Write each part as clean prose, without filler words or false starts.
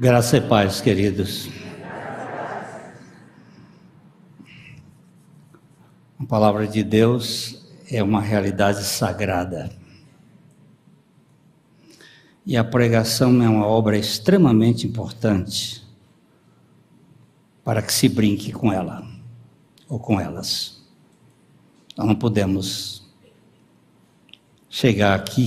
Graça e paz, queridos. A palavra de Deus é uma realidade sagrada. E a pregação é uma obra extremamente importante para que se brinque com ela ou com elas. Nós não podemos chegar aqui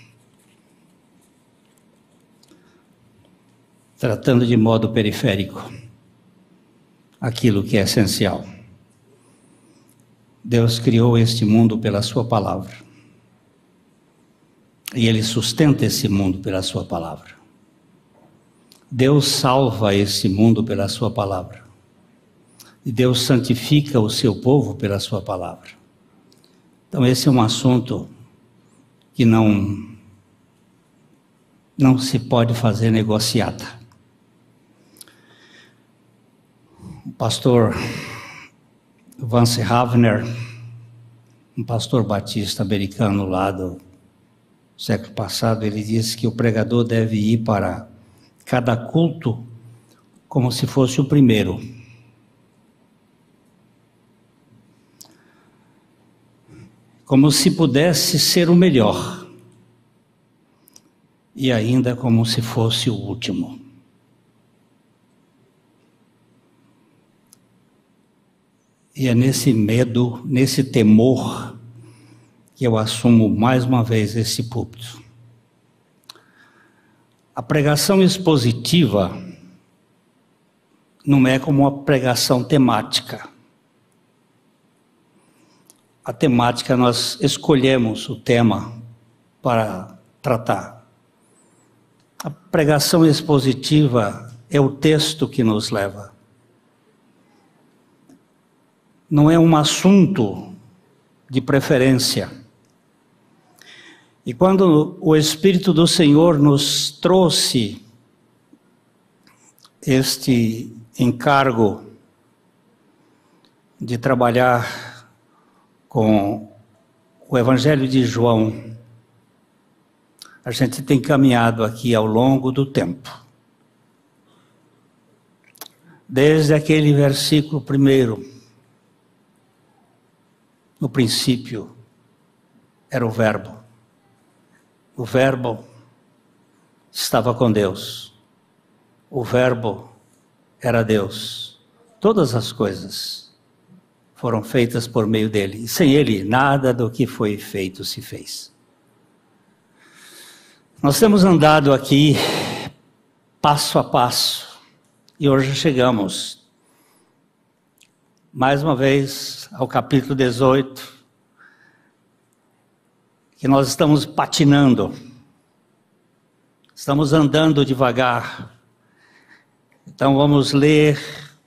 tratando de modo periférico aquilo que é essencial. Deus criou este mundo pela sua palavra. E Ele sustenta esse mundo pela sua palavra. Deus salva esse mundo pela sua palavra. E Deus santifica o seu povo pela sua palavra. Então esse é um assunto que não se pode fazer negociata. O pastor Vance Havner, um pastor batista americano lá do século passado, ele disse que o pregador deve ir para cada culto como se fosse o primeiro. Como se pudesse ser o melhor. E ainda como se fosse o último. E é nesse medo, nesse temor, que eu assumo mais uma vez esse púlpito. A pregação expositiva não é como uma pregação temática. A temática, nós escolhemos o tema para tratar. A pregação expositiva é o texto que nos leva. Não é um assunto de preferência. E quando o Espírito do Senhor nos trouxe este encargo de trabalhar com o Evangelho de João, a gente tem caminhado aqui ao longo do tempo. Desde aquele versículo primeiro, no princípio era o Verbo. O Verbo estava com Deus. O Verbo era Deus. Todas as coisas foram feitas por meio dele. E sem ele, nada do que foi feito se fez. Nós temos andado aqui passo a passo. E hoje chegamos mais uma vez ao capítulo 18, que nós estamos patinando, estamos andando devagar. Então vamos ler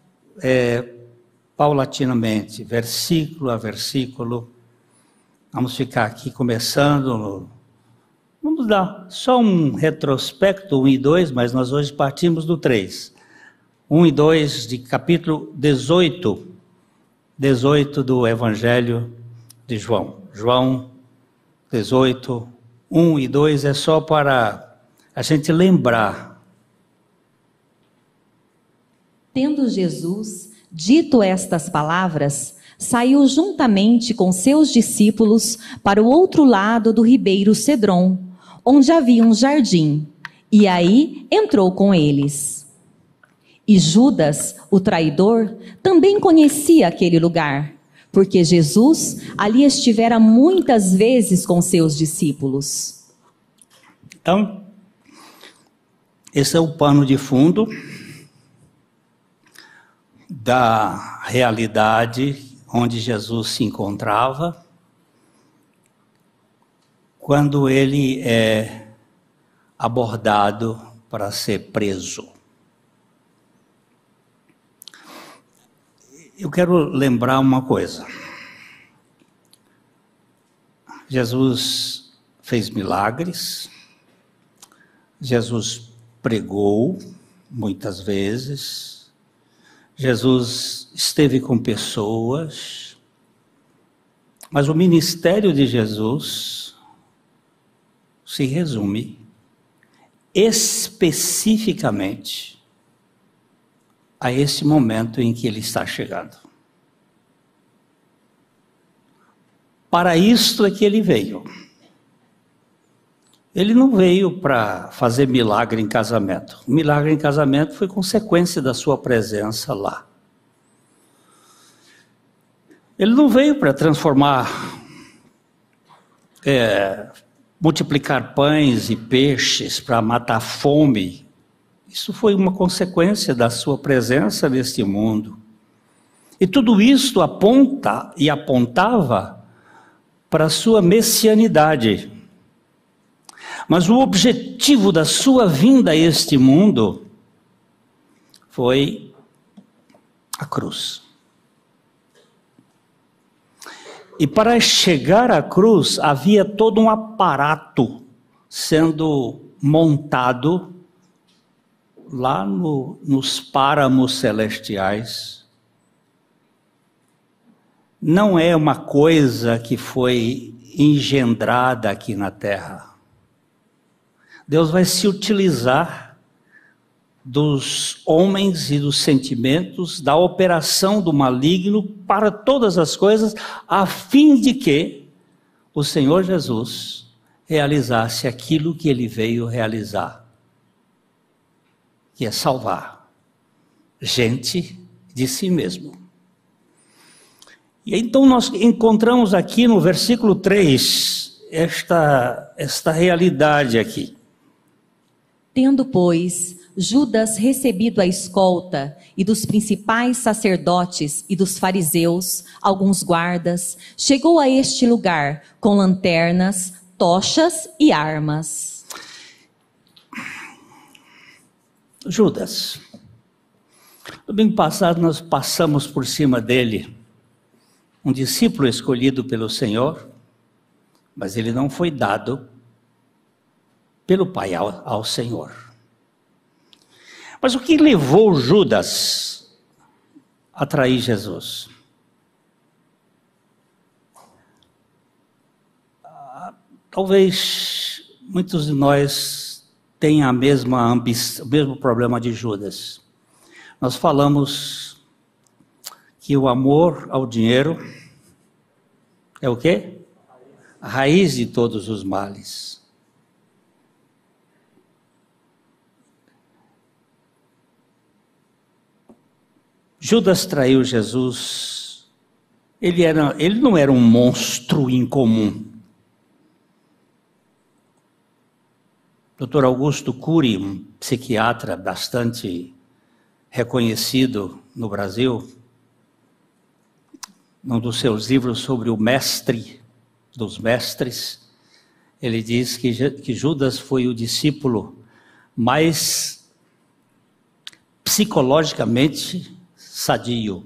paulatinamente, versículo a versículo. Vamos ficar aqui começando, vamos dar só um retrospecto, 1 e 2, mas nós hoje partimos do 3. 1 e 2 de capítulo 18 do Evangelho de João. João 18, 1 e 2 é só para a gente lembrar. Tendo Jesus dito estas palavras, saiu juntamente com seus discípulos para o outro lado do ribeiro Cedron, onde havia um jardim, e aí entrou com eles. E Judas, o traidor, também conhecia aquele lugar, porque Jesus ali estivera muitas vezes com seus discípulos. Então, esse é o pano de fundo da realidade onde Jesus se encontrava quando ele é abordado para ser preso. Eu quero lembrar uma coisa. Jesus fez milagres, Jesus pregou muitas vezes, Jesus esteve com pessoas, mas o ministério de Jesus se resume especificamente a esse momento em que ele está chegando. Para isto é que ele veio. Ele não veio para fazer milagre em casamento. O milagre em casamento foi consequência da sua presença lá. Ele não veio para transformar, multiplicar pães e peixes para matar a fome. Isso foi uma consequência da sua presença neste mundo. E tudo isto aponta e apontava para a sua messianidade. Mas o objetivo da sua vinda a este mundo foi a cruz. E para chegar à cruz havia todo um aparato sendo montado lá nos páramos celestiais. Não é uma coisa que foi engendrada aqui na terra. Deus vai se utilizar dos homens e dos sentimentos, da operação do maligno para todas as coisas, a fim de que o Senhor Jesus realizasse aquilo que ele veio realizar, que é salvar gente de si mesmo. E então nós encontramos aqui no versículo 3 esta realidade aqui. Tendo, pois, Judas recebido a escolta e dos principais sacerdotes e dos fariseus, alguns guardas, chegou a este lugar com lanternas, tochas e armas. Judas. Domingo passado nós passamos por cima dele, um discípulo escolhido pelo Senhor, mas ele não foi dado pelo Pai ao Senhor. Mas o que levou Judas a trair Jesus? Talvez muitos de nós tenham a mesma ambição, o mesmo problema de Judas. Nós falamos que o amor ao dinheiro é o quê? A raiz de todos os males. Judas traiu Jesus. Ele não era um monstro incomum. Dr. Augusto Cury, um psiquiatra bastante reconhecido no Brasil, num dos seus livros sobre o mestre dos mestres, ele diz que Judas foi o discípulo mais psicologicamente sadio.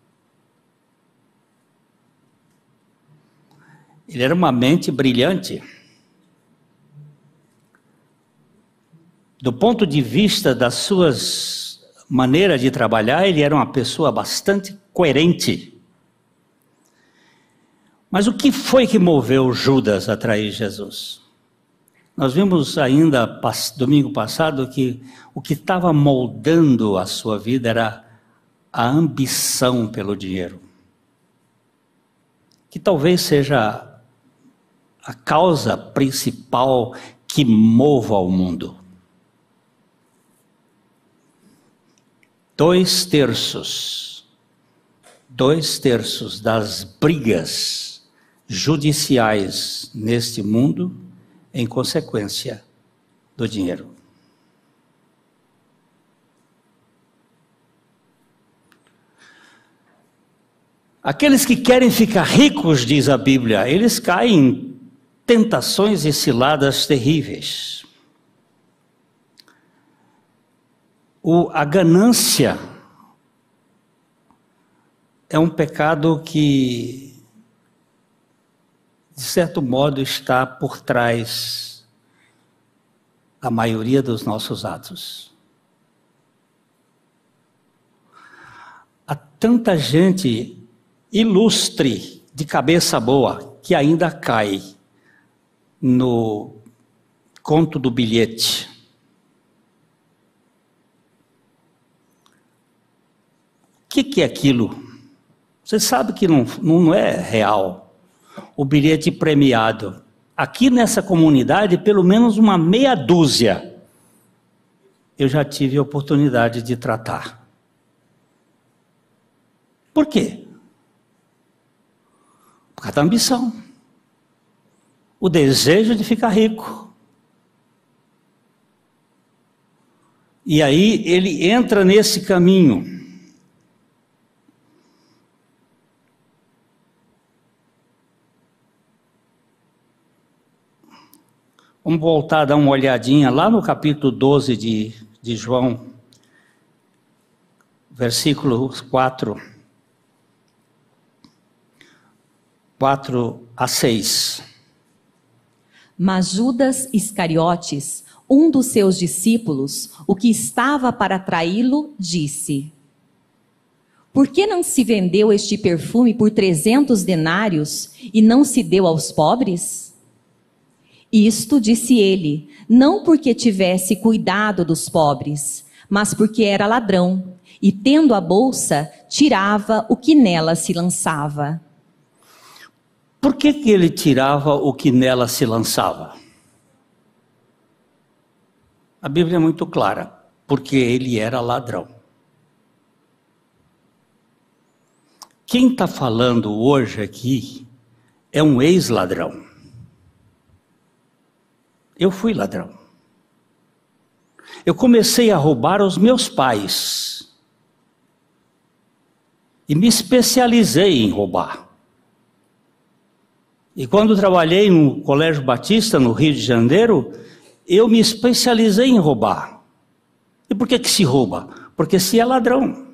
Ele era uma mente brilhante. Do ponto de vista das suas maneiras de trabalhar, ele era uma pessoa bastante coerente. Mas o que foi que moveu Judas a trair Jesus? Nós vimos ainda domingo passado que o que estava moldando a sua vida era a ambição pelo dinheiro, que talvez seja a causa principal que mova o mundo. 2/3 das brigas judiciais neste mundo em consequência do dinheiro. Aqueles que querem ficar ricos, diz a Bíblia, eles caem em tentações e ciladas terríveis. A ganância é um pecado que, de certo modo, está por trás da maioria dos nossos atos. Há tanta gente ilustre, de cabeça boa, que ainda cai no conto do bilhete. que é aquilo? Você sabe que não é real. O bilhete premiado. Aqui nessa comunidade, pelo menos uma meia dúzia, eu já tive a oportunidade de tratar. Por quê? Por causa da ambição. O desejo de ficar rico. E aí ele entra nesse caminho. Vamos voltar a dar uma olhadinha lá no capítulo 12 de João, versículo 4 a 6. Mas Judas Iscariotes, um dos seus discípulos, o que estava para traí-lo, disse: Por que não se vendeu este perfume por 300 denários e não se deu aos pobres? Isto disse ele, não porque tivesse cuidado dos pobres, mas porque era ladrão, e tendo a bolsa, tirava o que nela se lançava. Por que ele tirava o que nela se lançava? A Bíblia é muito clara, porque ele era ladrão. Quem está falando hoje aqui é um ex-ladrão. Eu fui ladrão. Eu comecei a roubar os meus pais. E me especializei em roubar. E quando trabalhei no Colégio Batista, no Rio de Janeiro, eu me especializei em roubar. E por que se rouba? Porque se é ladrão.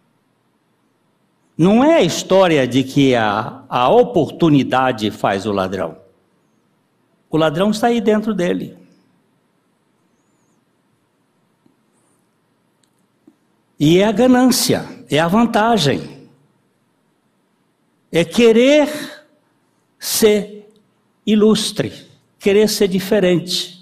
Não é a história de que a oportunidade faz o ladrão. O ladrão está aí dentro dele. E é a ganância, é a vantagem. É querer ser ilustre, querer ser diferente.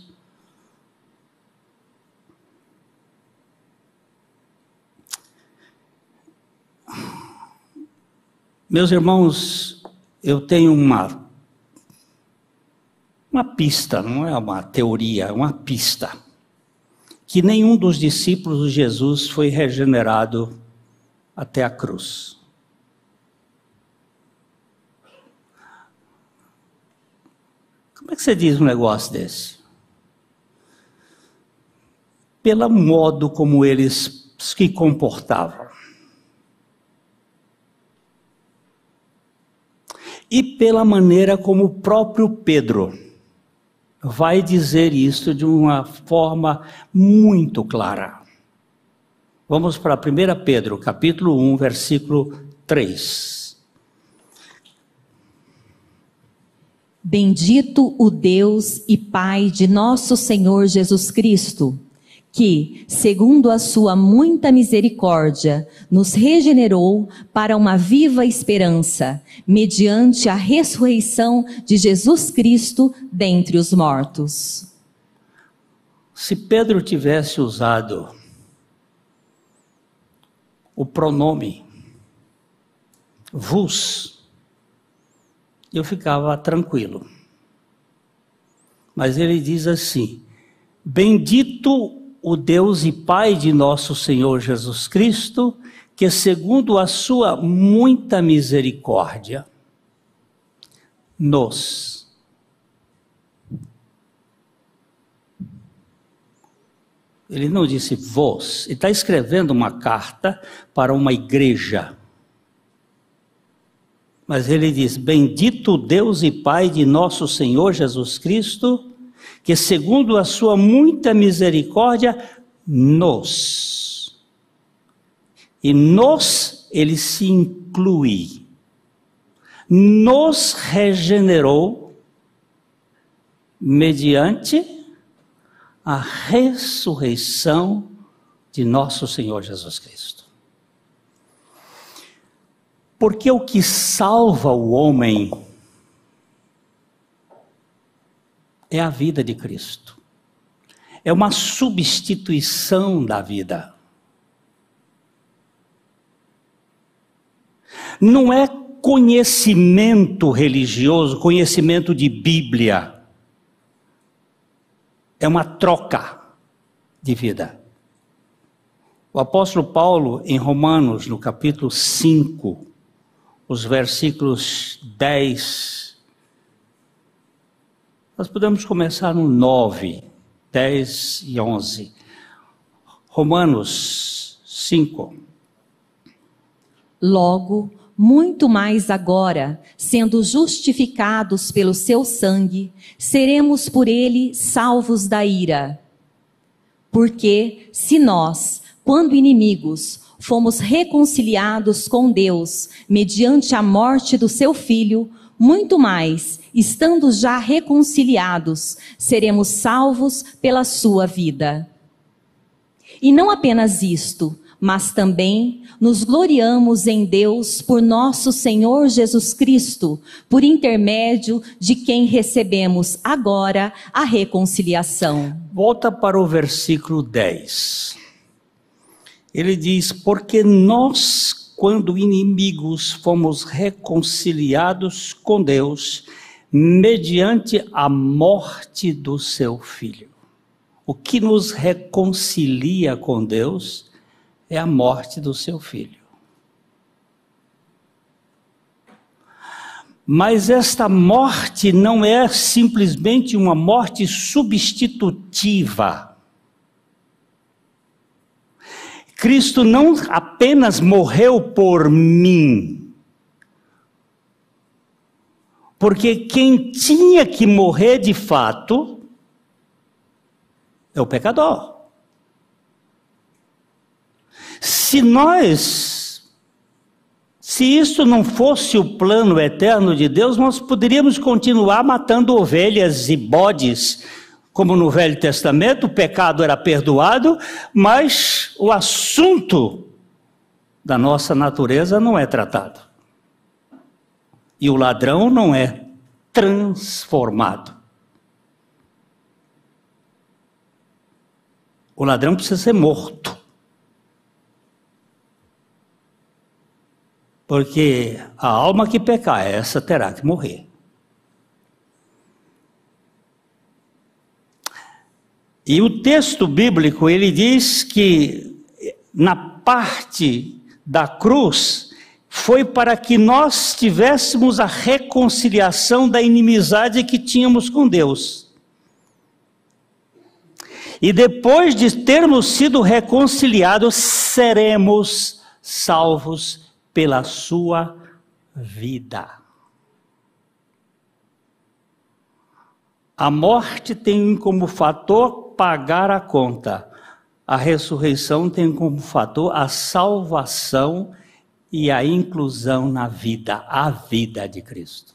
Meus irmãos, eu tenho uma pista, não é uma teoria, é uma pista, que nenhum dos discípulos de Jesus foi regenerado até a cruz. Como é que você diz um negócio desse? Pelo modo como eles se comportavam. E pela maneira como o próprio Pedro vai dizer isso de uma forma muito clara. Vamos para 1 Pedro, capítulo 1, versículo 3. Bendito o Deus e Pai de nosso Senhor Jesus Cristo, que, segundo a sua muita misericórdia, nos regenerou para uma viva esperança, mediante a ressurreição de Jesus Cristo dentre os mortos. Se Pedro tivesse usado o pronome vos, eu ficava tranquilo. Mas ele diz assim: bendito o Deus e Pai de nosso Senhor Jesus Cristo, que segundo a sua muita misericórdia, Ele não disse vos, ele está escrevendo uma carta para uma igreja. Mas ele diz: bendito o Deus e Pai de nosso Senhor Jesus Cristo, que segundo a sua muita misericórdia, E ele se inclui. Nos regenerou mediante a ressurreição de nosso Senhor Jesus Cristo. Porque o que salva o homem é a vida de Cristo. É uma substituição da vida. não é conhecimento religioso, conhecimento de Bíblia. É uma troca de vida. O apóstolo Paulo, em Romanos, no capítulo 5, os versículos 10, nós podemos começar no 9, 10 e 11. Romanos 5. Logo, muito mais agora, sendo justificados pelo seu sangue, seremos por ele salvos da ira. Porque se nós, quando inimigos, fomos reconciliados com Deus mediante a morte do seu Filho, muito mais, estando já reconciliados, seremos salvos pela sua vida. E não apenas isto, mas também nos gloriamos em Deus por nosso Senhor Jesus Cristo, por intermédio de quem recebemos agora a reconciliação. Volta para o versículo 10. Ele diz, porque nós, quando inimigos, fomos reconciliados com Deus, mediante a morte do seu Filho. O que nos reconcilia com Deus é a morte do seu Filho. Mas esta morte não é simplesmente uma morte substitutiva. Cristo não apenas morreu por mim, porque quem tinha que morrer de fato é o pecador. Se isso não fosse o plano eterno de Deus, nós poderíamos continuar matando ovelhas e bodes, como no Velho Testamento, o pecado era perdoado, mas o assunto da nossa natureza não é tratado. E o ladrão não é transformado. O ladrão precisa ser morto. Porque a alma que pecar, essa terá que morrer. E o texto bíblico, ele diz que na parte da cruz, foi para que nós tivéssemos a reconciliação da inimizade que tínhamos com Deus. E depois de termos sido reconciliados, seremos salvos pela sua vida. A morte tem como fator pagar a conta. A ressurreição tem como fator a salvação e a inclusão na vida, a vida de Cristo.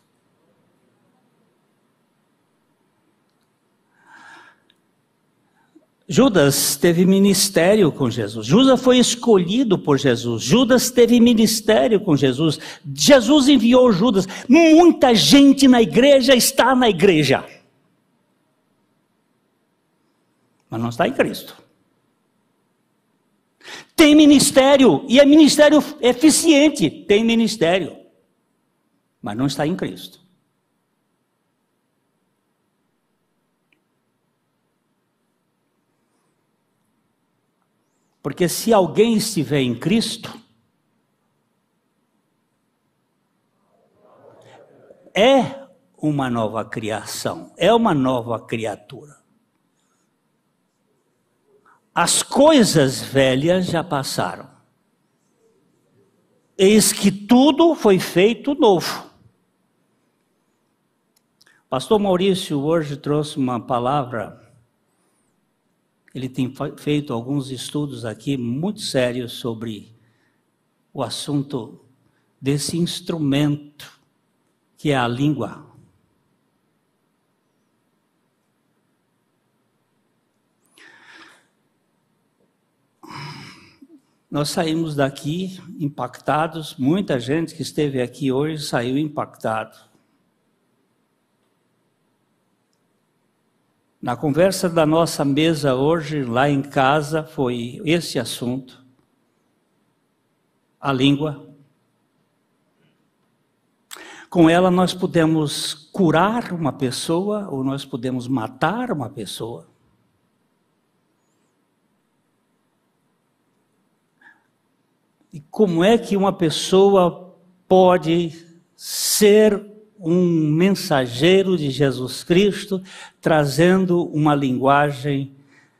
Judas teve ministério com Jesus. Judas foi escolhido por Jesus. Judas teve ministério com Jesus. Jesus enviou Judas. Muita gente na igreja está na igreja, mas não está em Cristo. Tem ministério, e é ministério eficiente, tem ministério, mas não está em Cristo. Porque se alguém estiver em Cristo, é uma nova criação, é uma nova criatura. As coisas velhas já passaram. Eis que tudo foi feito novo. Pastor Maurício hoje trouxe uma palavra. Ele tem feito alguns estudos aqui muito sérios sobre o assunto desse instrumento que é a língua. Nós saímos daqui impactados, muita gente que esteve aqui hoje saiu impactado. Na conversa da nossa mesa hoje, lá em casa, foi esse assunto, a língua. Com ela nós podemos curar uma pessoa ou nós podemos matar uma pessoa. E como é que uma pessoa pode ser um mensageiro de Jesus Cristo, trazendo uma linguagem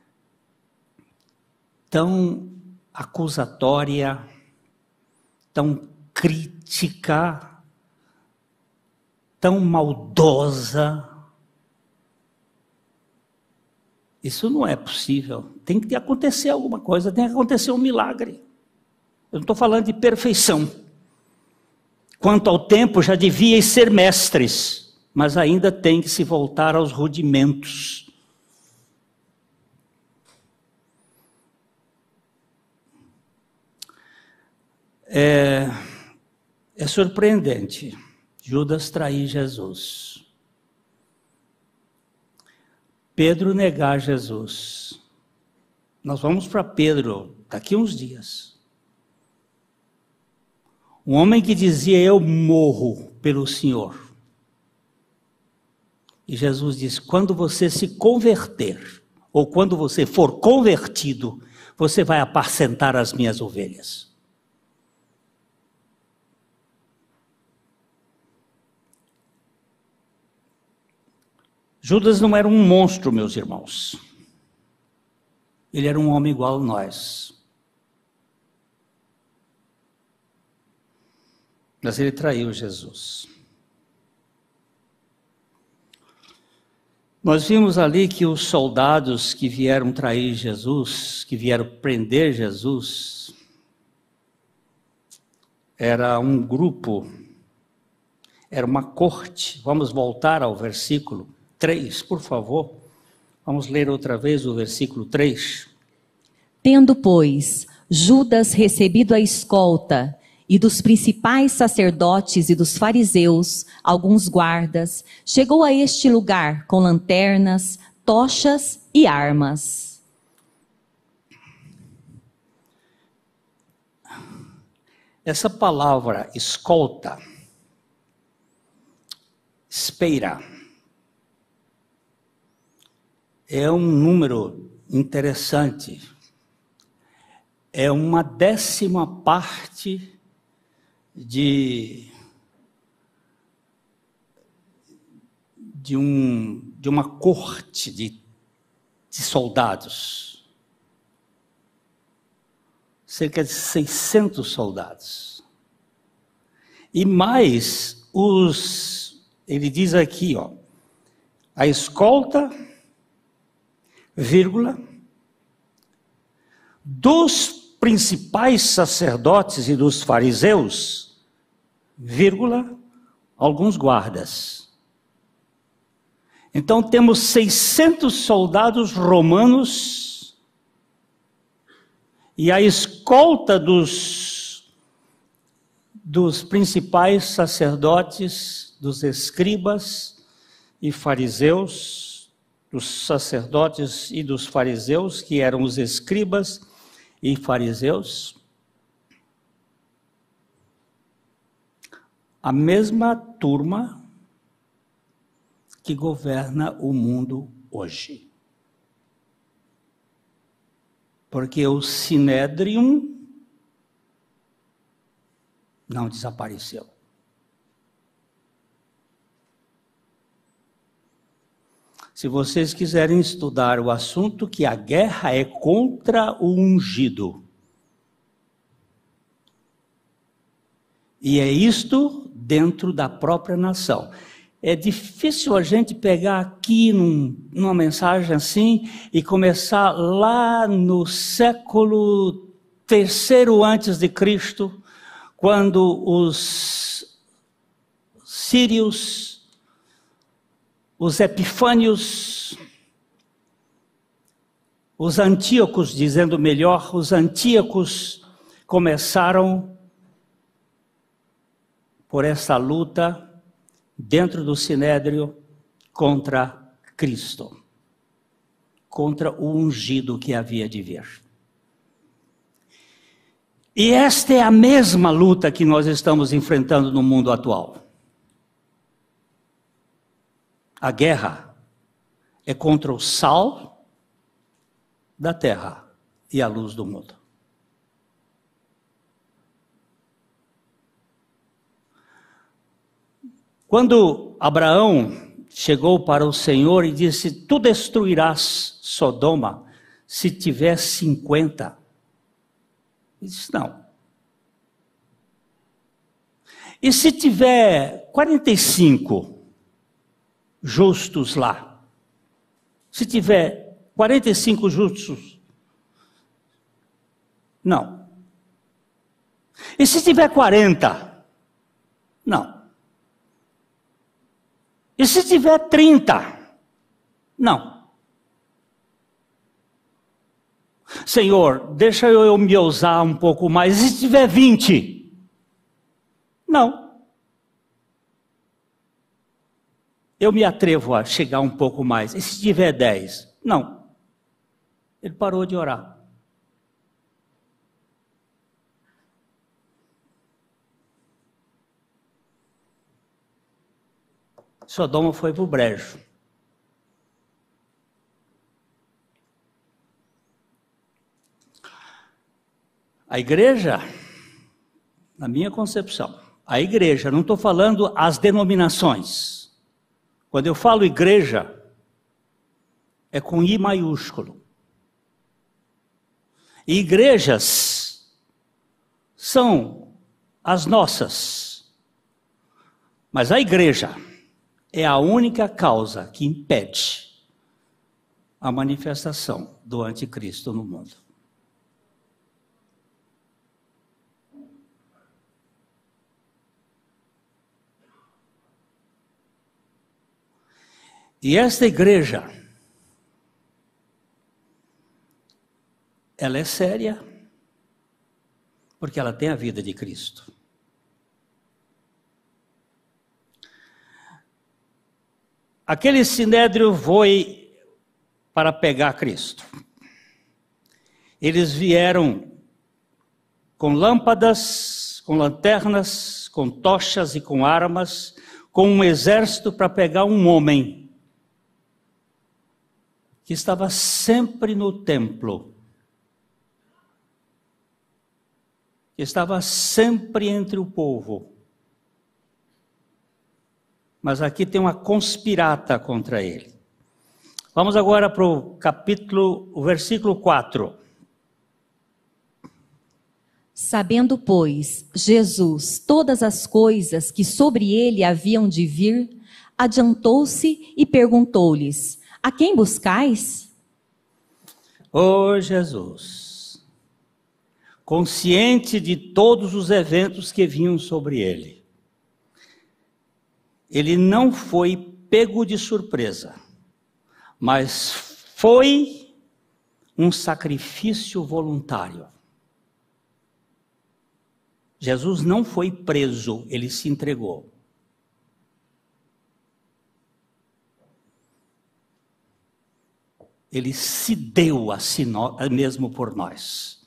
tão acusatória, tão crítica, tão maldosa? Isso não é possível. Tem que acontecer alguma coisa, tem que acontecer um milagre. Eu não estou falando de perfeição. Quanto ao tempo, já devíeis ser mestres, mas ainda tem que se voltar aos rudimentos. É surpreendente Judas trair Jesus. Pedro negar Jesus. Nós vamos para Pedro daqui a uns dias. Um homem que dizia, eu morro pelo Senhor. E Jesus disse, quando você se converter, ou quando você for convertido, você vai apacentar as minhas ovelhas. Judas não era um monstro, meus irmãos. Ele era um homem igual a nós. Mas ele traiu Jesus. Nós vimos ali que os soldados que vieram trair Jesus, que vieram prender Jesus, era um grupo, era uma corte. Vamos voltar ao versículo 3, por favor. Vamos ler outra vez o versículo 3. Tendo, pois, Judas recebido a escolta e dos principais sacerdotes e dos fariseus, alguns guardas, chegou a este lugar com lanternas, tochas e armas. Essa palavra escolta, espeira, é um número interessante. É uma 10ª parte de uma corte de soldados. Cerca de 600 soldados. E mais ele diz aqui, a escolta, vírgula, dos principais sacerdotes e dos fariseus, vírgula, alguns guardas. Então temos 600 soldados romanos e a escolta dos principais sacerdotes, dos escribas e fariseus, dos sacerdotes e dos fariseus, que eram os escribas e fariseus, a mesma turma que governa o mundo hoje. Porque o Sinédrio não desapareceu. Se vocês quiserem estudar o assunto, que a guerra é contra o ungido. E é isto dentro da própria nação. É difícil a gente pegar aqui numa mensagem assim e começar lá no século III antes de Cristo, quando os sírios, os epifânios, os antíocos, dizendo melhor, os antíocos começaram por essa luta dentro do Sinédrio contra Cristo, contra o ungido que havia de vir. E esta é a mesma luta que nós estamos enfrentando no mundo atual. A guerra é contra o sal da terra e a luz do mundo. Quando Abraão chegou para o Senhor e disse: tu destruirás Sodoma se tiver 50. Ele disse: não. E se tiver 45 justos lá? Se tiver 45 justos? Não. E se tiver 40? Não. E se tiver 30? Não. Senhor, deixa eu me ousar um pouco mais. E se tiver 20? Não. Eu me atrevo a chegar um pouco mais. E se tiver 10? Não. Ele parou de orar. Sodoma foi para o brejo. A igreja, na minha concepção, a igreja, não estou falando as denominações. Quando eu falo igreja, é com I maiúsculo. E igrejas são as nossas. Mas a igreja é a única causa que impede a manifestação do anticristo no mundo. E esta igreja, ela é séria, porque ela tem a vida de Cristo. Aquele sinédrio foi para pegar Cristo. Eles vieram com lâmpadas, com lanternas, com tochas e com armas, com um exército para pegar um homem que estava sempre no templo, que estava sempre entre o povo. Mas aqui tem uma conspirata contra ele. Vamos agora para o versículo 4. Sabendo, pois, Jesus todas as coisas que sobre ele haviam de vir, adiantou-se e perguntou-lhes: a quem buscais? Ô Jesus, consciente de todos os eventos que vinham sobre ele, ele não foi pego de surpresa, mas foi um sacrifício voluntário. Jesus não foi preso, ele se entregou. Ele se deu a si mesmo por nós.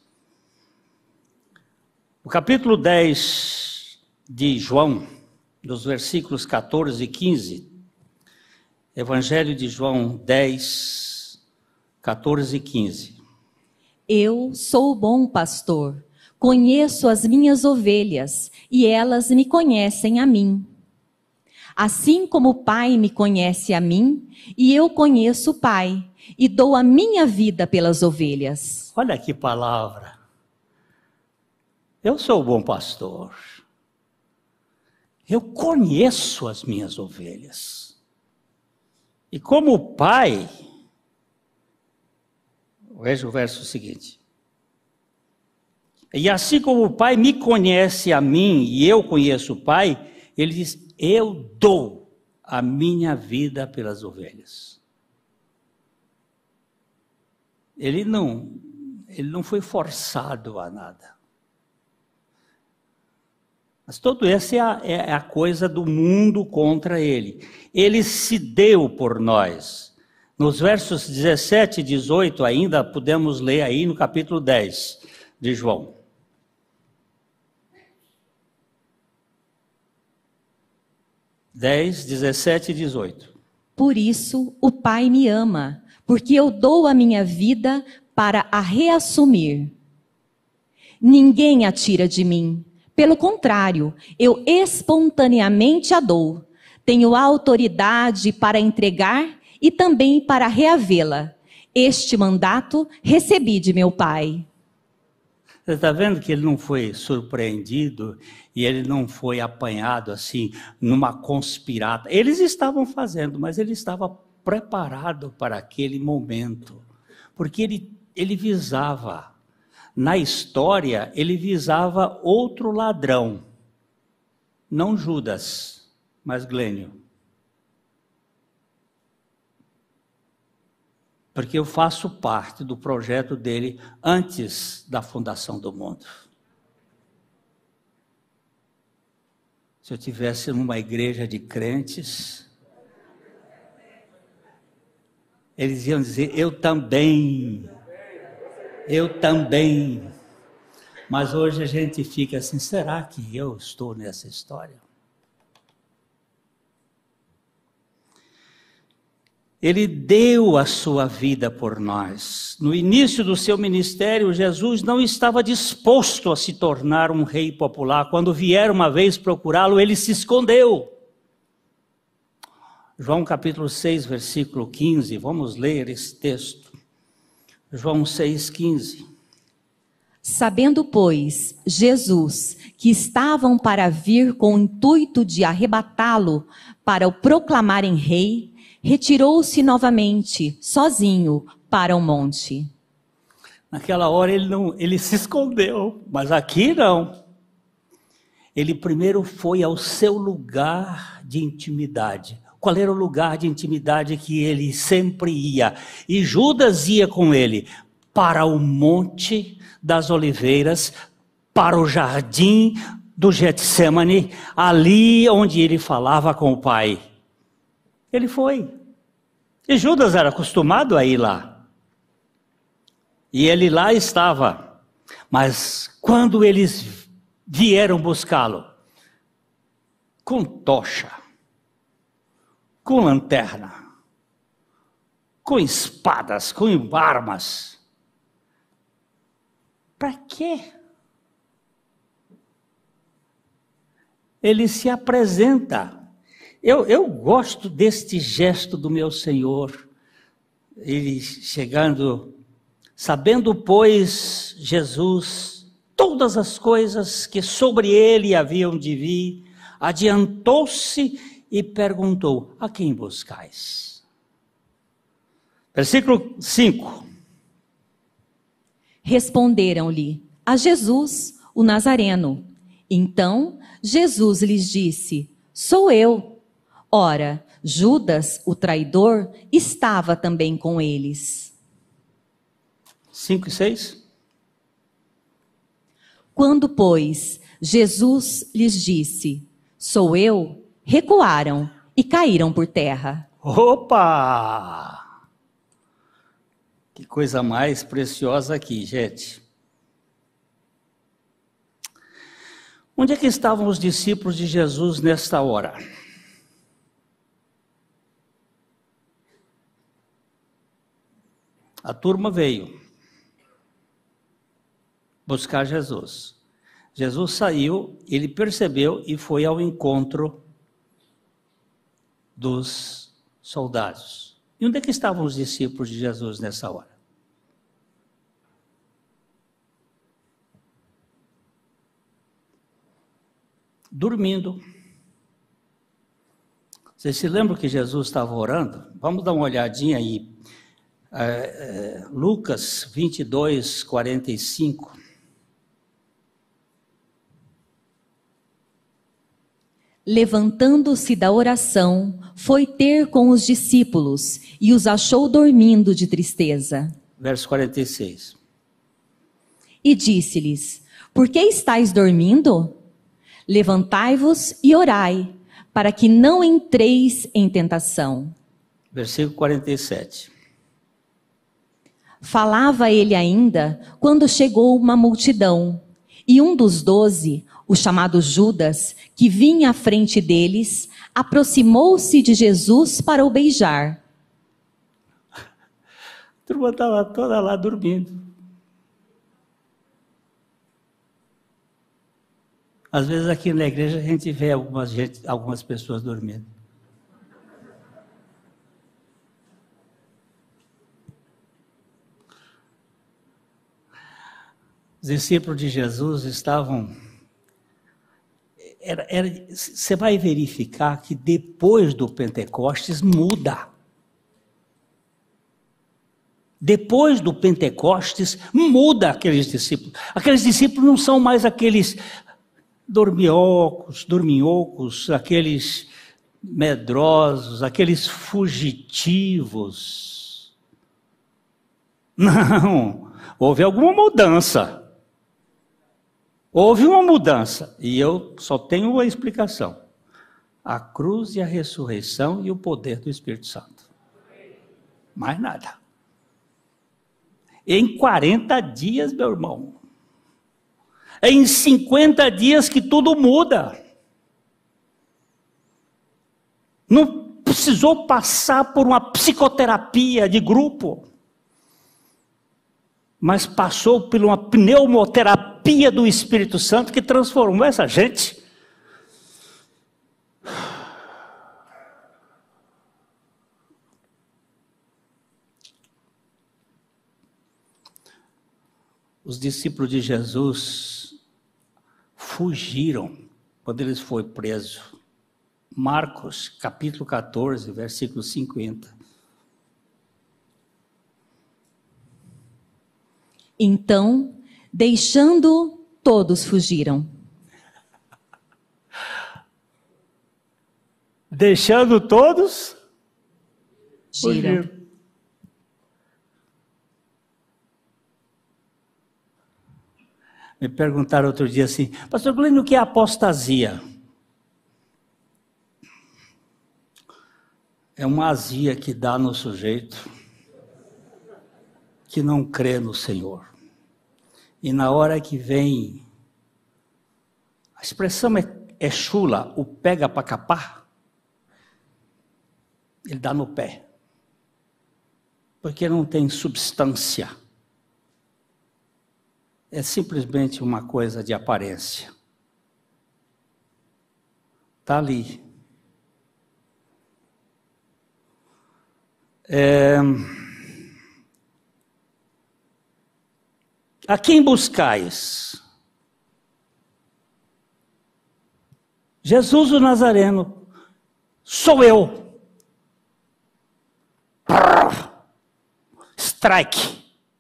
O capítulo 10 de João, dos versículos 14 e 15, Evangelho de João 10, 14 e 15. Eu sou o bom pastor, conheço as minhas ovelhas, e elas me conhecem a mim. Assim como o Pai me conhece a mim, e eu conheço o Pai, e dou a minha vida pelas ovelhas. Olha que palavra. Eu sou o bom pastor. Eu conheço as minhas ovelhas. E como o Pai, veja o verso seguinte. E assim como o Pai me conhece a mim e eu conheço o Pai, ele diz: eu dou a minha vida pelas ovelhas. Ele não foi forçado a nada. Mas tudo isso é a coisa do mundo contra ele. Ele se deu por nós. Nos versos 17 e 18 ainda podemos ler aí no capítulo 10 de João. (10, 17 e 18). Por isso o Pai me ama, porque eu dou a minha vida para a reassumir. Ninguém a tira de mim. Pelo contrário, eu espontaneamente a dou. Tenho autoridade para entregar e também para reavê-la. Este mandato recebi de meu Pai. Você está vendo que ele não foi surpreendido e ele não foi apanhado assim numa conspirata. Eles estavam fazendo, mas ele estava preparado para aquele momento. Porque ele visava, na história, ele visava outro ladrão. Não Judas, mas Glênio. Porque eu faço parte do projeto dele antes da fundação do mundo. Se eu tivesse numa igreja de crentes, eles iam dizer, eu também. Mas hoje a gente fica assim, será que eu estou nessa história? Ele deu a sua vida por nós. No início do seu ministério, Jesus não estava disposto a se tornar um rei popular. Quando vieram uma vez procurá-lo, ele se escondeu. João capítulo 6, versículo 15, vamos ler esse texto. João 6,15. Sabendo, pois, Jesus, que estavam para vir com o intuito de arrebatá-lo para o proclamarem rei, retirou-se novamente, sozinho, para o monte. Naquela hora ele se escondeu, mas aqui não. Ele primeiro foi ao seu lugar de intimidade. Qual era o lugar de intimidade que ele sempre ia? E Judas ia com ele para o Monte das Oliveiras, para o jardim do Getsêmani, ali onde ele falava com o Pai. Ele foi. E Judas era acostumado a ir lá. E ele lá estava. Mas quando eles vieram buscá-lo, com tocha, com lanterna, com espadas, com armas, para quê? Ele se apresenta. Eu gosto deste gesto do meu Senhor, ele chegando, sabendo, pois, Jesus, todas as coisas que sobre ele haviam de vir, adiantou-se e perguntou, a quem buscais? Versículo 5. Responderam-lhe, a Jesus, o Nazareno. Então Jesus lhes disse, sou eu. Ora, Judas, o traidor, estava também com eles. 5 e 6. Quando, pois, Jesus lhes disse, sou eu, recuaram e caíram por terra. Opa! Que coisa mais preciosa aqui, gente. Onde é que estavam os discípulos de Jesus nesta hora? A turma veio buscar Jesus. Jesus saiu, ele percebeu e foi ao encontro dos soldados. E onde é que estavam os discípulos de Jesus nessa hora? Dormindo. Vocês se lembram que Jesus estava orando? Vamos dar uma olhadinha aí. Lucas 22, 45. Levantando-se da oração, foi ter com os discípulos e os achou dormindo de tristeza. Verso 46. E disse-lhes, por que estáis dormindo? Levantai-vos e orai, para que não entreis em tentação. Versículo 47. Falava ele ainda, quando chegou uma multidão, e um dos 12, O chamado Judas, que vinha à frente deles, aproximou-se de Jesus para o beijar. A turma estava toda lá dormindo. Às vezes aqui na igreja a gente vê algumas pessoas dormindo. Os discípulos de Jesus estavam... Você vai verificar que depois do Pentecostes muda. Depois do Pentecostes muda aqueles discípulos. Aqueles discípulos não são mais aqueles dorminhocos, aqueles medrosos, aqueles fugitivos. Não, houve alguma mudança. Houve uma mudança, e eu só tenho uma explicação. A cruz e a ressurreição e o poder do Espírito Santo. Mais nada. Em 40 dias, meu irmão. É em 50 dias que tudo muda. Não precisou passar por uma psicoterapia de grupo. Mas passou por uma pneumoterapia do Espírito Santo que transformou essa gente. Os discípulos de Jesus fugiram quando eles foram presos. Marcos, capítulo 14, versículo 50. Então, deixando, todos fugiram. Deixando todos Fugiram. Me perguntaram outro dia assim, pastor Glênio, o que é apostasia? É uma azia que dá no sujeito que não crê no Senhor. E na hora que vem, a expressão é chula, o pega para capar, ele dá no pé. Porque não tem substância. É simplesmente uma coisa de aparência. Está ali. A quem buscais? Jesus o Nazareno. Sou eu. Strike.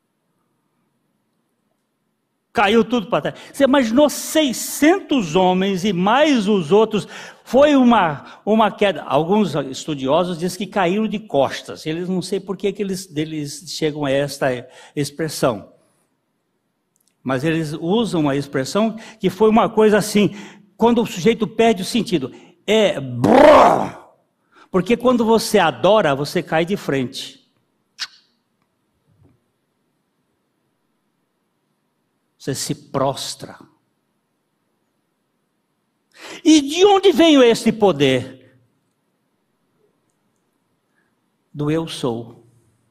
Caiu tudo para trás. Você imaginou 600 homens e mais os outros. Foi uma queda. Alguns estudiosos dizem que caíram de costas. Eles não sei por que eles chegam a esta expressão. Mas eles usam a expressão que foi uma coisa assim, quando o sujeito perde o sentido. Porque quando você adora, você cai de frente. Você se prostra. E de onde veio esse poder? Do eu sou.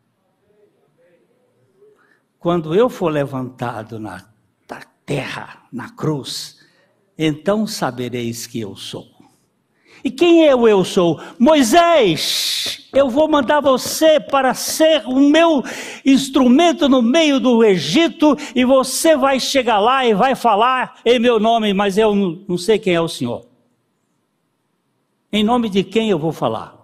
Quando eu for levantado na terra, na cruz, então sabereis que eu sou. E quem é o eu sou? Moisés, eu vou mandar você para ser o meu instrumento no meio do Egito, e você vai chegar lá e vai falar em meu nome, mas eu não sei quem é o Senhor. Em nome de quem eu vou falar?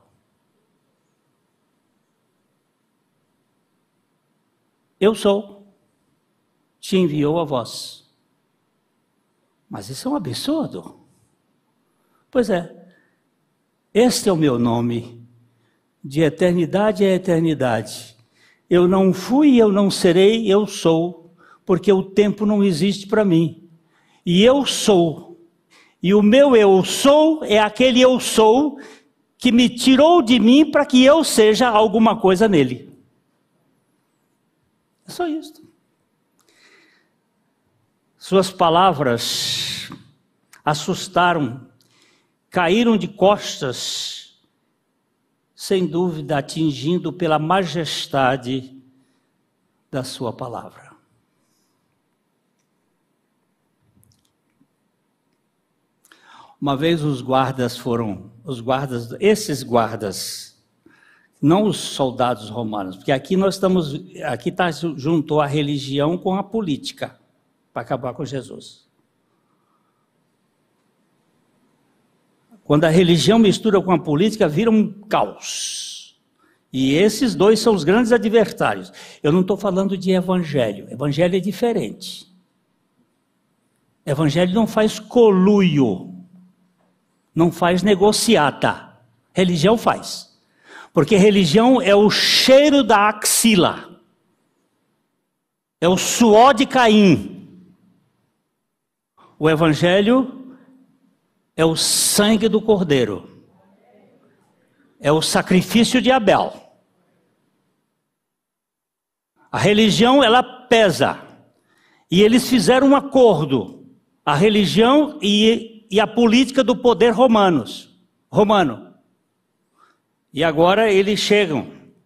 Eu sou, te enviou a vós. Mas isso é um absurdo. Pois é, este é o meu nome, de eternidade a eternidade. Eu não fui, eu não serei, eu sou, porque o tempo não existe para mim. E eu sou, e o meu eu sou é aquele eu sou que me tirou de mim para que eu seja alguma coisa nele. É só isso. Suas palavras assustaram, caíram de costas, sem dúvida atingindo pela majestade da sua palavra. Uma vez esses guardas, não os soldados romanos, porque aqui está juntou a religião com a política, para acabar com Jesus. Quando a religião mistura com a política, vira um caos. E esses dois são os grandes adversários. Eu não estou falando de evangelho. Evangelho é diferente. Evangelho não faz coluio. Não faz negociata. Religião faz. Porque religião é o cheiro da axila. É o suor de Caim. O evangelho é o sangue do Cordeiro. É o sacrifício de Abel. A religião, ela pesa. E eles fizeram um acordo. A religião e a política do poder romano. E agora eles chegam.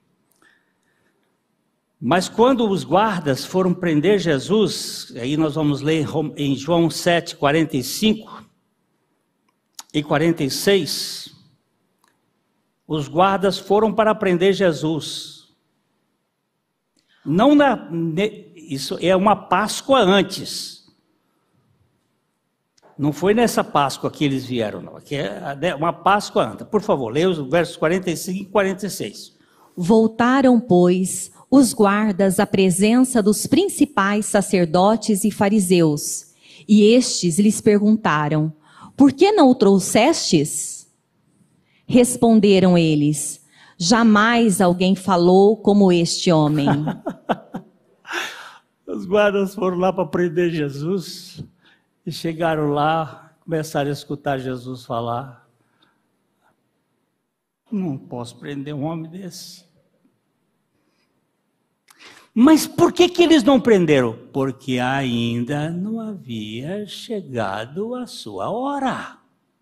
Mas quando os guardas foram prender Jesus, aí nós vamos ler em João 7, 45 e 46, os guardas foram para prender Jesus. Isso é uma Páscoa antes. Não foi nessa Páscoa que eles vieram, não. Aqui é uma Páscoa antes. Por favor, leia os versos 45 e 46. Voltaram, pois, os guardas à presença dos principais sacerdotes e fariseus, e estes lhes perguntaram: por que não o trouxestes? Responderam eles: jamais alguém falou como este homem. Os guardas foram lá para prender Jesus e chegaram lá, começaram a escutar Jesus falar. Não posso prender um homem desse. Mas por que eles não prenderam? Porque ainda não havia chegado a sua hora.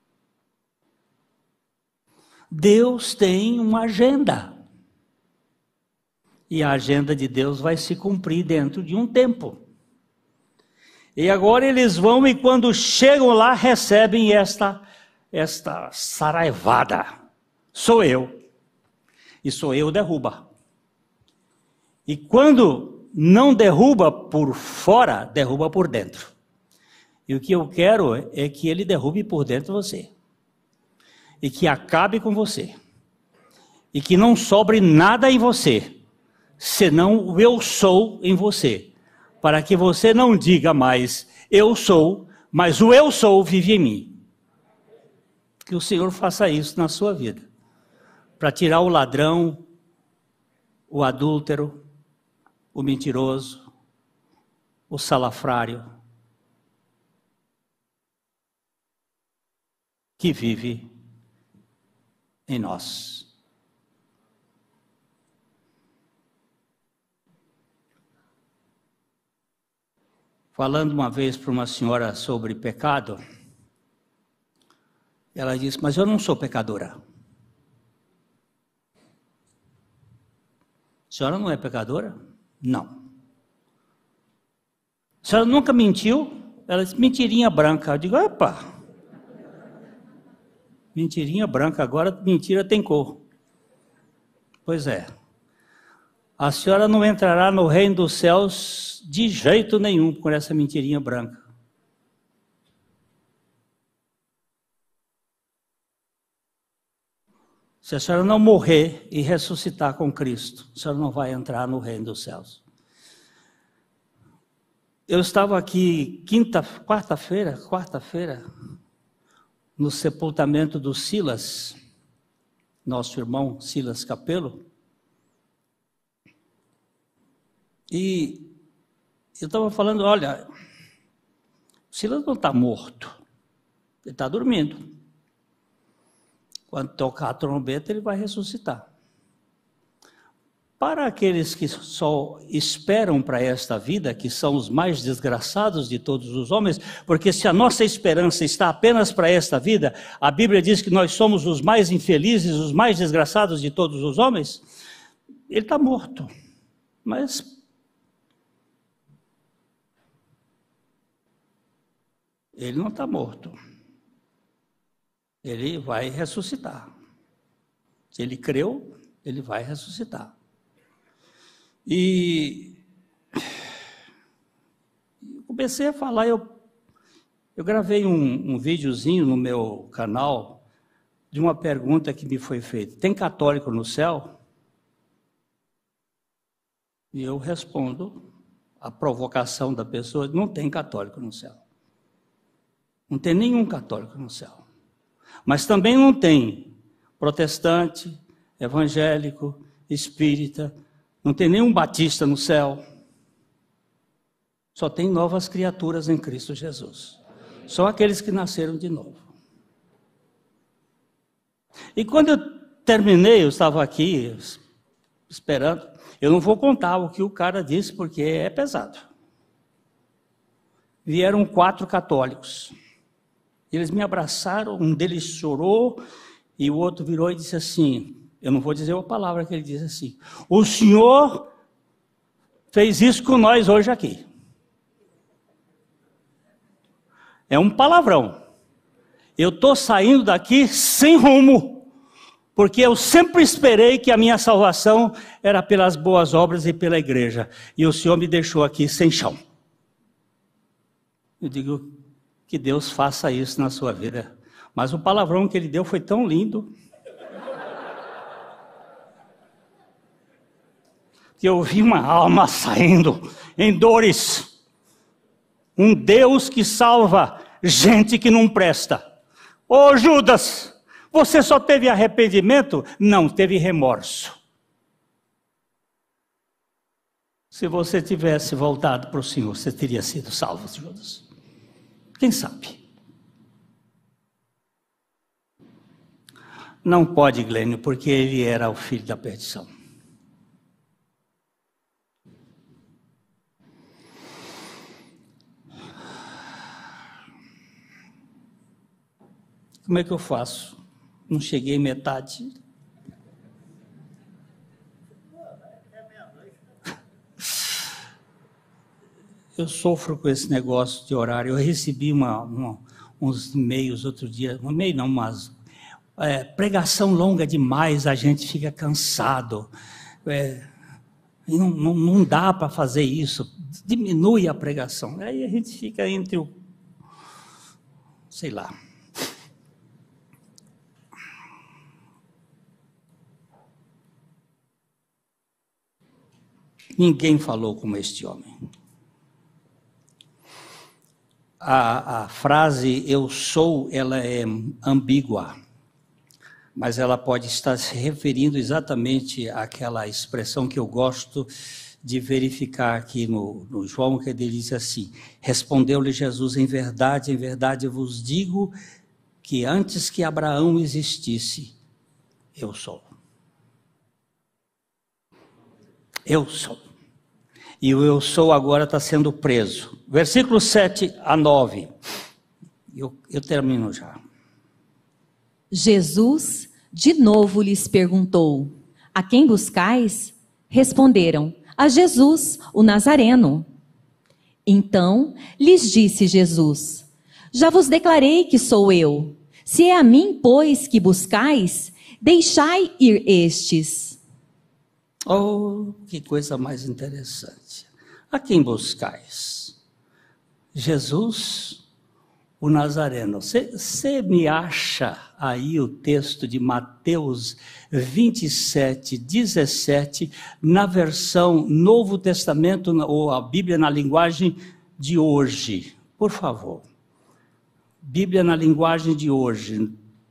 Deus tem uma agenda. E a agenda de Deus vai se cumprir dentro de um tempo. E agora eles vão e quando chegam lá recebem esta saraivada. Sou eu. E sou eu derruba. E quando não derruba por fora, derruba por dentro. E o que eu quero é que ele derrube por dentro você. E que acabe com você. E que não sobre nada em você, senão o eu sou em você. Para que você não diga mais eu sou, mas o eu sou vive em mim. Que o Senhor faça isso na sua vida. Para tirar o ladrão, o adúltero, o mentiroso, o salafrário, que vive em nós. Falando uma vez para uma senhora sobre pecado, ela disse: mas eu não sou pecadora. A senhora não é pecadora? Não. A senhora nunca mentiu? Ela disse: mentirinha branca. Eu digo: opa, mentirinha branca, agora mentira tem cor. Pois é. A senhora não entrará no reino dos céus de jeito nenhum com essa mentirinha branca. Se a senhora não morrer e ressuscitar com Cristo, a senhora não vai entrar no reino dos céus. Eu estava aqui quarta-feira, no sepultamento do Silas, nosso irmão Silas Capelo, e eu estava falando: olha, o Silas não está morto, ele está dormindo. Quando tocar a trombeta, ele vai ressuscitar. Para aqueles que só esperam para esta vida, que são os mais desgraçados de todos os homens, porque se a nossa esperança está apenas para esta vida, a Bíblia diz que nós somos os mais infelizes, os mais desgraçados de todos os homens, ele está morto. Mas ele não está morto. Ele vai ressuscitar. Se ele creu, ele vai ressuscitar. E comecei a falar, eu gravei um videozinho no meu canal de uma pergunta que me foi feita: tem católico no céu? E eu respondo a provocação da pessoa: não tem católico no céu. Não tem nenhum católico no céu. Mas também não tem protestante, evangélico, espírita, não tem nenhum batista no céu. Só tem novas criaturas em Cristo Jesus. Só aqueles que nasceram de novo. E quando eu terminei, eu estava aqui esperando. Eu não vou contar o que o cara disse, porque é pesado. Vieram 4 católicos. Eles me abraçaram, um deles chorou, e o outro virou e disse assim, eu não vou dizer a palavra que ele disse assim: o senhor fez isso com nós hoje aqui. É um palavrão. Eu estou saindo daqui sem rumo, porque eu sempre esperei que a minha salvação era pelas boas obras e pela igreja, e o senhor me deixou aqui sem chão. Eu digo, que Deus faça isso na sua vida. Mas o palavrão que ele deu foi tão lindo, que eu vi uma alma saindo em dores. Um Deus que salva gente que não presta. Ô Judas, você só teve arrependimento? Não, teve remorso. Se você tivesse voltado para o Senhor, você teria sido salvo, Judas. Quem sabe? Não pode, Glênio, porque ele era o filho da perdição. Como é que eu faço? Não cheguei metade. Eu sofro com esse negócio de horário. Eu recebi uns e-mails outro dia, um e-mail não, mas pregação longa demais, a gente fica cansado. Não dá para fazer isso, diminui a pregação. Aí a gente fica entre o, sei lá. Ninguém falou como este homem. A frase eu sou, ela é ambígua, mas ela pode estar se referindo exatamente àquela expressão que eu gosto de verificar aqui no João, que ele diz assim: respondeu-lhe Jesus, em verdade eu vos digo que antes que Abraão existisse, eu sou. Eu sou. E o eu sou agora está sendo preso. Versículos 7 a 9. Eu termino já. Jesus de novo lhes perguntou: a quem buscais? Responderam: a Jesus, o Nazareno. Então lhes disse Jesus: já vos declarei que sou eu. Se é a mim, pois, que buscais, deixai ir estes. Oh, que coisa mais interessante. A quem buscais? Jesus, o Nazareno. Você me acha aí o texto de Mateus 27, 17, na versão Novo Testamento, ou a Bíblia na linguagem de hoje? Por favor. Bíblia na linguagem de hoje.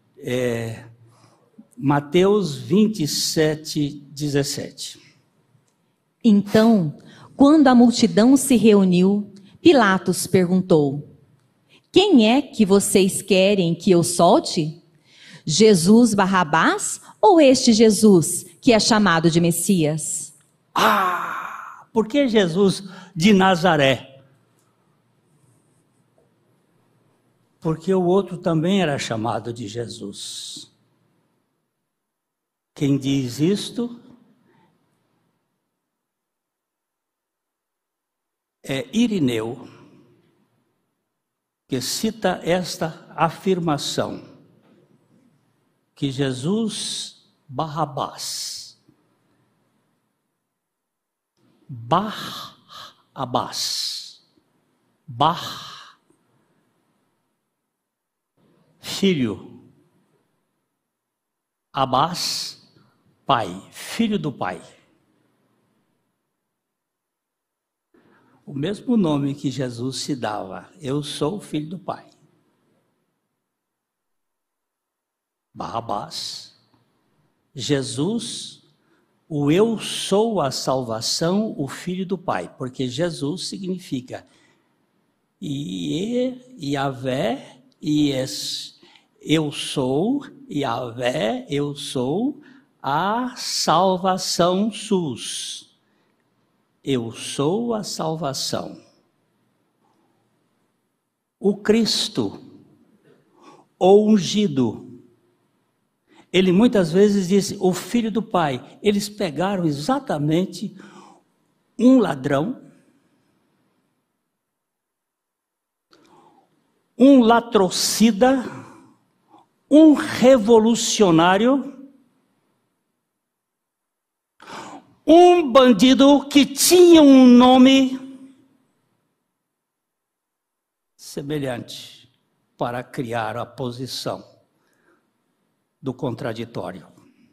Mateus 27, 17. Então, quando a multidão se reuniu, Pilatos perguntou: quem é que vocês querem que eu solte? Jesus Barrabás ou este Jesus que é chamado de Messias? Ah, por que Jesus de Nazaré? Porque o outro também era chamado de Jesus. Quem diz isto é Irineu, que cita esta afirmação, que Jesus Barrabás, filho, Abás, pai, filho do pai. O mesmo nome que Jesus se dava, eu sou o filho do pai. Barrabás, Jesus, o eu sou a salvação, o filho do pai, porque Jesus significa Yahvé, eu sou, Yahvé, eu sou a salvação sus. Eu sou a salvação. O Cristo, o ungido, ele muitas vezes disse, o filho do pai. Eles pegaram exatamente um ladrão, um latrocida, um revolucionário, um bandido que tinha um nome semelhante para criar a posição do contraditório.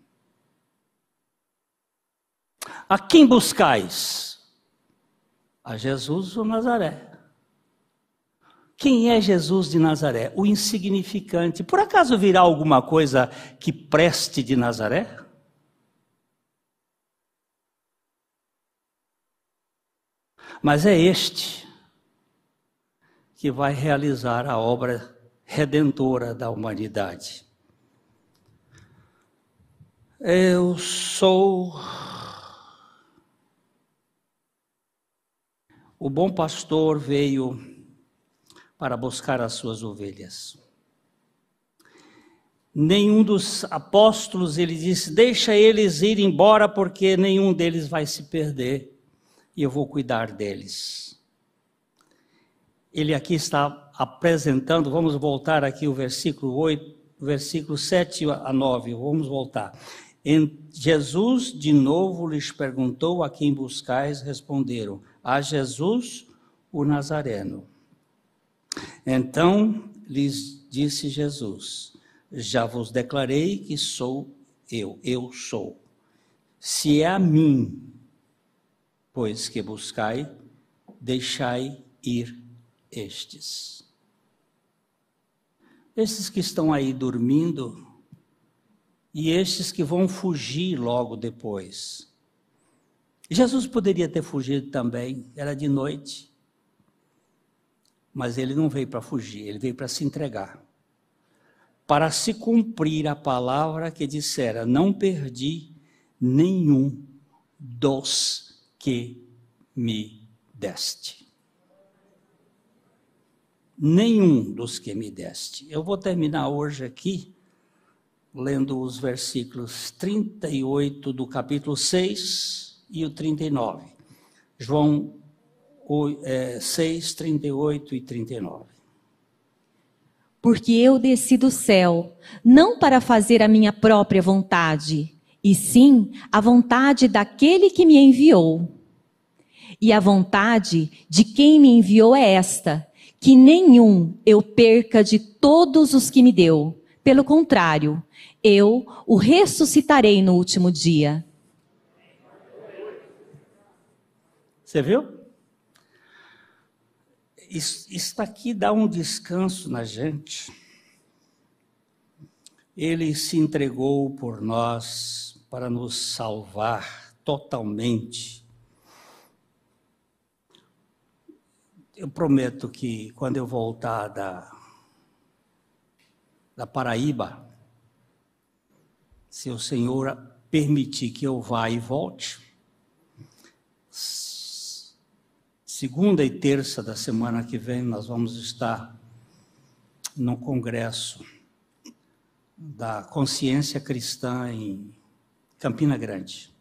A quem buscais? A Jesus o Nazaré. Quem é Jesus de Nazaré? O insignificante. Por acaso virá alguma coisa que preste de Nazaré? Mas é este que vai realizar a obra redentora da humanidade. Eu sou o bom pastor, veio para buscar as suas ovelhas. Nenhum dos apóstolos, ele disse, deixa eles ir embora, porque nenhum deles vai se perder. E eu vou cuidar deles. Ele aqui está apresentando, vamos voltar aqui o versículo 8, versículo 7 a 9, vamos voltar. Jesus de novo lhes perguntou, a quem buscais? Responderam, a Jesus o Nazareno. Então lhes disse Jesus, já vos declarei que sou eu sou. Se é a mim, pois que buscai, deixai ir estes. Estes que estão aí dormindo e estes que vão fugir logo depois. Jesus poderia ter fugido também, era de noite. Mas ele não veio para fugir, ele veio para se entregar. Para se cumprir a palavra que dissera, não perdi nenhum dos que me deste. Nenhum dos que me deste. Eu vou terminar hoje aqui, lendo os versículos 38 do capítulo 6 e o 39. João 6, 38 e 39. Porque eu desci do céu, não para fazer a minha própria vontade, e sim a vontade daquele que me enviou. E a vontade de quem me enviou é esta, que nenhum eu perca de todos os que me deu. Pelo contrário, eu o ressuscitarei no último dia. Você viu? Isso aqui dá um descanso na gente. Ele se entregou por nós para nos salvar totalmente. Eu prometo que quando eu voltar da Paraíba, se o Senhor permitir que eu vá e volte, segunda e terça da semana que vem, nós vamos estar no congresso da consciência cristã em Campina Grande.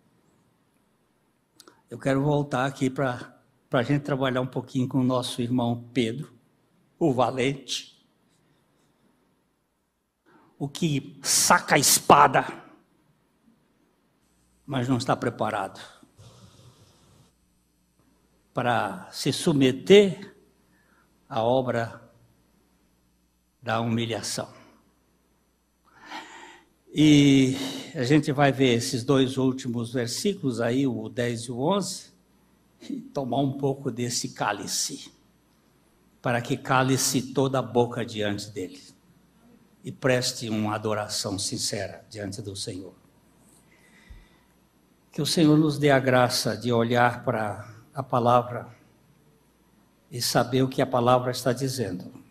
Eu quero voltar aqui para a gente trabalhar um pouquinho com o nosso irmão Pedro, o valente, o que saca a espada, mas não está preparado para se submeter à obra da humilhação. E a gente vai ver esses dois últimos versículos aí, o 10 e o 11, e tomar um pouco desse cálice, para que cale-se toda a boca diante dele e preste uma adoração sincera diante do Senhor. Que o Senhor nos dê a graça de olhar para a palavra e saber o que a palavra está dizendo.